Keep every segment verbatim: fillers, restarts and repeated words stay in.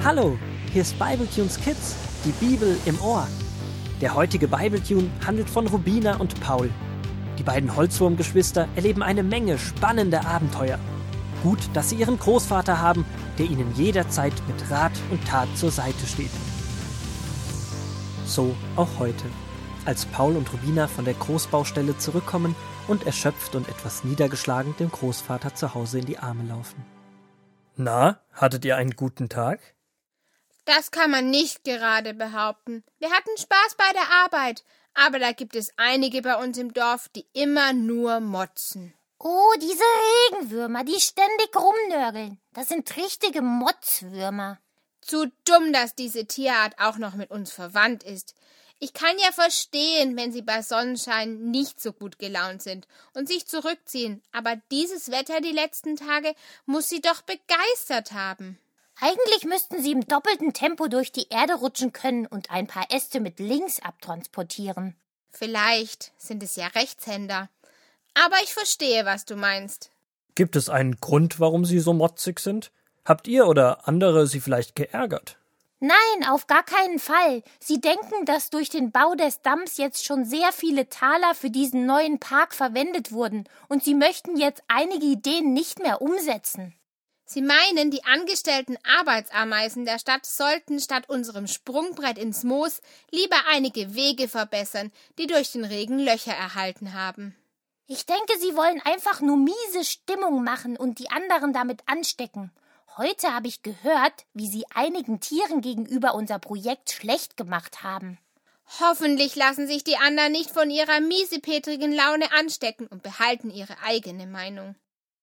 Hallo, hier ist Bibletunes Kids, die Bibel im Ohr. Der heutige Bibletune handelt von Rubina und Paul. Die beiden Holzwurmgeschwister erleben eine Menge spannender Abenteuer. Gut, dass sie ihren Großvater haben, der ihnen jederzeit mit Rat und Tat zur Seite steht. So auch heute, als Paul und Rubina von der Großbaustelle zurückkommen und erschöpft und etwas niedergeschlagen dem Großvater zu Hause in die Arme laufen. Na, hattet ihr einen guten Tag? Das kann man nicht gerade behaupten. Wir hatten Spaß bei der Arbeit, aber da gibt es einige bei uns im Dorf, die immer nur motzen. Oh, diese Regenwürmer, die ständig rumnörgeln. Das sind richtige Motzwürmer. Zu dumm, dass diese Tierart auch noch mit uns verwandt ist. Ich kann ja verstehen, wenn sie bei Sonnenschein nicht so gut gelaunt sind und sich zurückziehen, aber dieses Wetter die letzten Tage muss sie doch begeistert haben. Eigentlich müssten sie im doppelten Tempo durch die Erde rutschen können und ein paar Äste mit links abtransportieren. Vielleicht sind es ja Rechtshänder. Aber ich verstehe, was du meinst. Gibt es einen Grund, warum sie so motzig sind? Habt ihr oder andere sie vielleicht geärgert? Nein, auf gar keinen Fall. Sie denken, dass durch den Bau des Damms jetzt schon sehr viele Taler für diesen neuen Park verwendet wurden und sie möchten jetzt einige Ideen nicht mehr umsetzen. Sie meinen, die angestellten Arbeitsameisen der Stadt sollten statt unserem Sprungbrett ins Moos lieber einige Wege verbessern, die durch den Regen Löcher erhalten haben. Ich denke, sie wollen einfach nur miese Stimmung machen und die anderen damit anstecken. Heute habe ich gehört, wie sie einigen Tieren gegenüber unser Projekt schlecht gemacht haben. Hoffentlich lassen sich die anderen nicht von ihrer miesepetrigen Laune anstecken und behalten ihre eigene Meinung.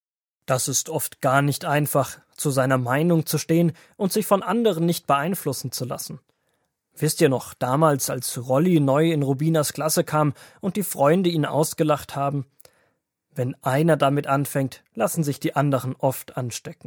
Das ist oft gar nicht einfach, zu seiner Meinung zu stehen und sich von anderen nicht beeinflussen zu lassen. Wisst ihr noch, damals, als Rolli neu in Rubinas Klasse kam und die Freunde ihn ausgelacht haben? Wenn einer damit anfängt, lassen sich die anderen oft anstecken.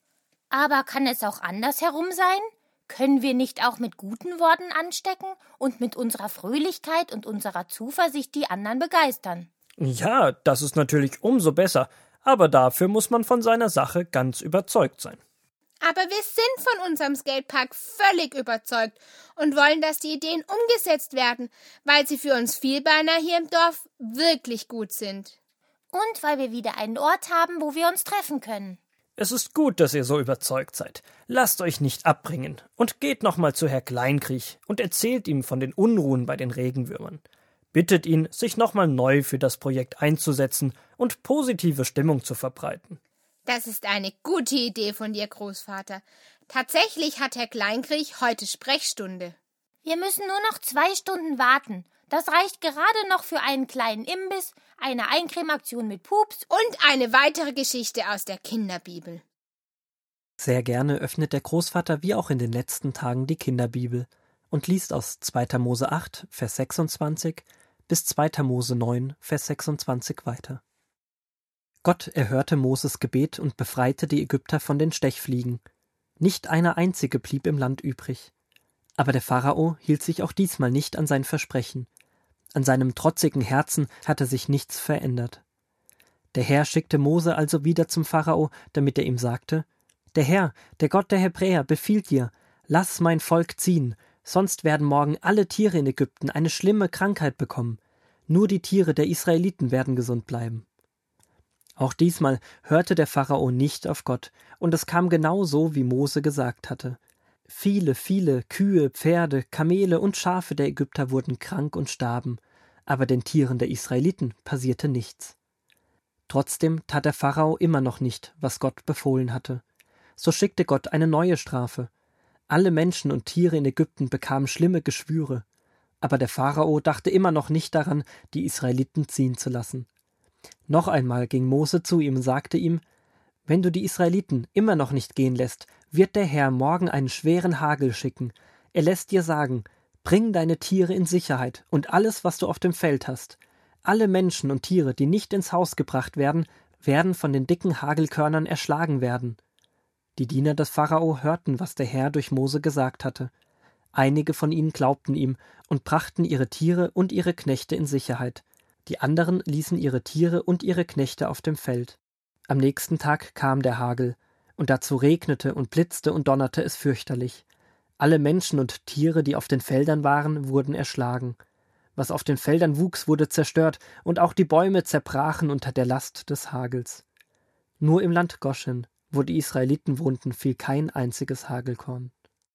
Aber kann es auch andersherum sein? Können wir nicht auch mit guten Worten anstecken und mit unserer Fröhlichkeit und unserer Zuversicht die anderen begeistern? Ja, das ist natürlich umso besser. Aber dafür muss man von seiner Sache ganz überzeugt sein. Aber wir sind von unserem Skatepark völlig überzeugt und wollen, dass die Ideen umgesetzt werden, weil sie für uns Vielbeiner hier im Dorf wirklich gut sind. Und weil wir wieder einen Ort haben, wo wir uns treffen können. Es ist gut, dass ihr so überzeugt seid. Lasst euch nicht abbringen und geht nochmal zu Herr Kleinkriech und erzählt ihm von den Unruhen bei den Regenwürmern. Bittet ihn, sich nochmal neu für das Projekt einzusetzen und positive Stimmung zu verbreiten. Das ist eine gute Idee von dir, Großvater. Tatsächlich hat Herr Kleinkriech heute Sprechstunde. Wir müssen nur noch zwei Stunden warten. Das reicht gerade noch für einen kleinen Imbiss, eine Eincremeaktion mit Pups und eine weitere Geschichte aus der Kinderbibel. Sehr gerne öffnet der Großvater wie auch in den letzten Tagen die Kinderbibel und liest aus zweiter Mose acht, Vers sechsundzwanzig bis zweiter Mose neun, Vers sechsundzwanzig weiter. Gott erhörte Moses Gebet und befreite die Ägypter von den Stechfliegen. Nicht eine einzige blieb im Land übrig. Aber der Pharao hielt sich auch diesmal nicht an sein Versprechen. An seinem trotzigen Herzen hatte sich nichts verändert. Der Herr schickte Mose also wieder zum Pharao, damit er ihm sagte: Der Herr, der Gott der Hebräer, befiehlt dir, lass mein Volk ziehen, sonst werden morgen alle Tiere in Ägypten eine schlimme Krankheit bekommen. Nur die Tiere der Israeliten werden gesund bleiben. Auch diesmal hörte der Pharao nicht auf Gott, und es kam genau so, wie Mose gesagt hatte. Viele, viele Kühe, Pferde, Kamele und Schafe der Ägypter wurden krank und starben, aber den Tieren der Israeliten passierte nichts. Trotzdem tat der Pharao immer noch nicht, was Gott befohlen hatte. So schickte Gott eine neue Strafe. Alle Menschen und Tiere in Ägypten bekamen schlimme Geschwüre. Aber der Pharao dachte immer noch nicht daran, die Israeliten ziehen zu lassen. Noch einmal ging Mose zu ihm und sagte ihm: Wenn du die Israeliten immer noch nicht gehen lässt, wird der Herr morgen einen schweren Hagel schicken. Er lässt dir sagen: Bring deine Tiere in Sicherheit und alles, was du auf dem Feld hast. Alle Menschen und Tiere, die nicht ins Haus gebracht werden, werden von den dicken Hagelkörnern erschlagen werden. Die Diener des Pharao hörten, was der Herr durch Mose gesagt hatte. Einige von ihnen glaubten ihm und brachten ihre Tiere und ihre Knechte in Sicherheit. Die anderen ließen ihre Tiere und ihre Knechte auf dem Feld. Am nächsten Tag kam der Hagel, und dazu regnete und blitzte und donnerte es fürchterlich. Alle Menschen und Tiere, die auf den Feldern waren, wurden erschlagen. Was auf den Feldern wuchs, wurde zerstört, und auch die Bäume zerbrachen unter der Last des Hagels. Nur im Land Goschen, wo die Israeliten wohnten, fiel kein einziges Hagelkorn.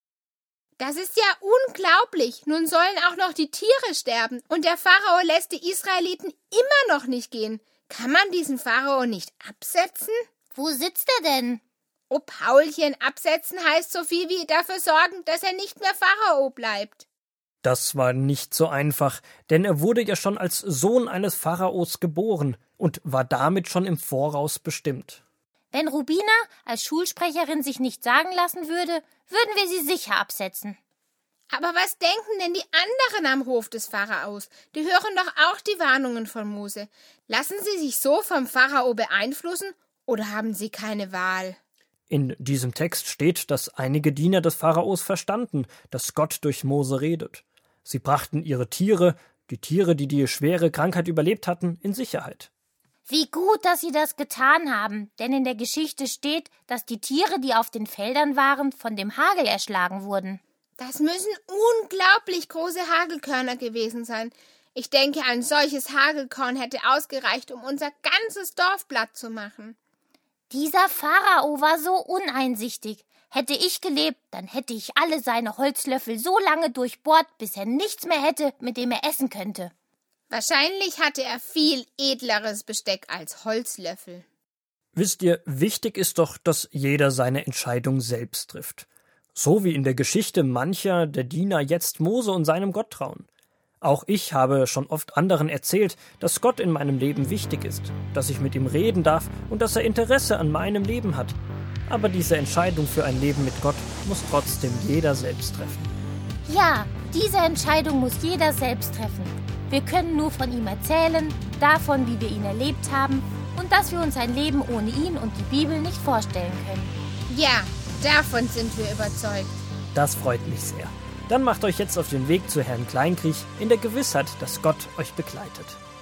Das ist ja unglaublich. Nun sollen auch noch die Tiere sterben, und der Pharao lässt die Israeliten immer noch nicht gehen. Kann man diesen Pharao nicht absetzen? Wo sitzt er denn? Oh, Paulchen, absetzen heißt so viel wie dafür sorgen, dass er nicht mehr Pharao bleibt. Das war nicht so einfach, denn er wurde ja schon als Sohn eines Pharaos geboren und war damit schon im Voraus bestimmt. Wenn Rubina als Schulsprecherin sich nicht sagen lassen würde, würden wir sie sicher absetzen. Aber was denken denn die anderen am Hof des Pharaos? Die hören doch auch die Warnungen von Mose. Lassen sie sich so vom Pharao beeinflussen oder haben sie keine Wahl? In diesem Text steht, dass einige Diener des Pharaos verstanden, dass Gott durch Mose redet. Sie brachten ihre Tiere, die Tiere, die die schwere Krankheit überlebt hatten, in Sicherheit. Wie gut, dass sie das getan haben, denn in der Geschichte steht, dass die Tiere, die auf den Feldern waren, von dem Hagel erschlagen wurden. Das müssen unglaublich große Hagelkörner gewesen sein. Ich denke, ein solches Hagelkorn hätte ausgereicht, um unser ganzes Dorf platt zu machen. Dieser Pharao war so uneinsichtig. Hätte ich gelebt, dann hätte ich alle seine Holzlöffel so lange durchbohrt, bis er nichts mehr hätte, mit dem er essen könnte. Wahrscheinlich hatte er viel edleres Besteck als Holzlöffel. Wisst ihr, wichtig ist doch, dass jeder seine Entscheidung selbst trifft. So wie in der Geschichte mancher der Diener jetzt Mose und seinem Gott trauen. Auch ich habe schon oft anderen erzählt, dass Gott in meinem Leben wichtig ist, dass ich mit ihm reden darf und dass er Interesse an meinem Leben hat. Aber diese Entscheidung für ein Leben mit Gott muss trotzdem jeder selbst treffen. Ja, diese Entscheidung muss jeder selbst treffen. Wir können nur von ihm erzählen, davon, wie wir ihn erlebt haben und dass wir uns ein Leben ohne ihn und die Bibel nicht vorstellen können. Ja, davon sind wir überzeugt. Das freut mich sehr. Dann macht euch jetzt auf den Weg zu Herrn Kleinkriech in der Gewissheit, dass Gott euch begleitet.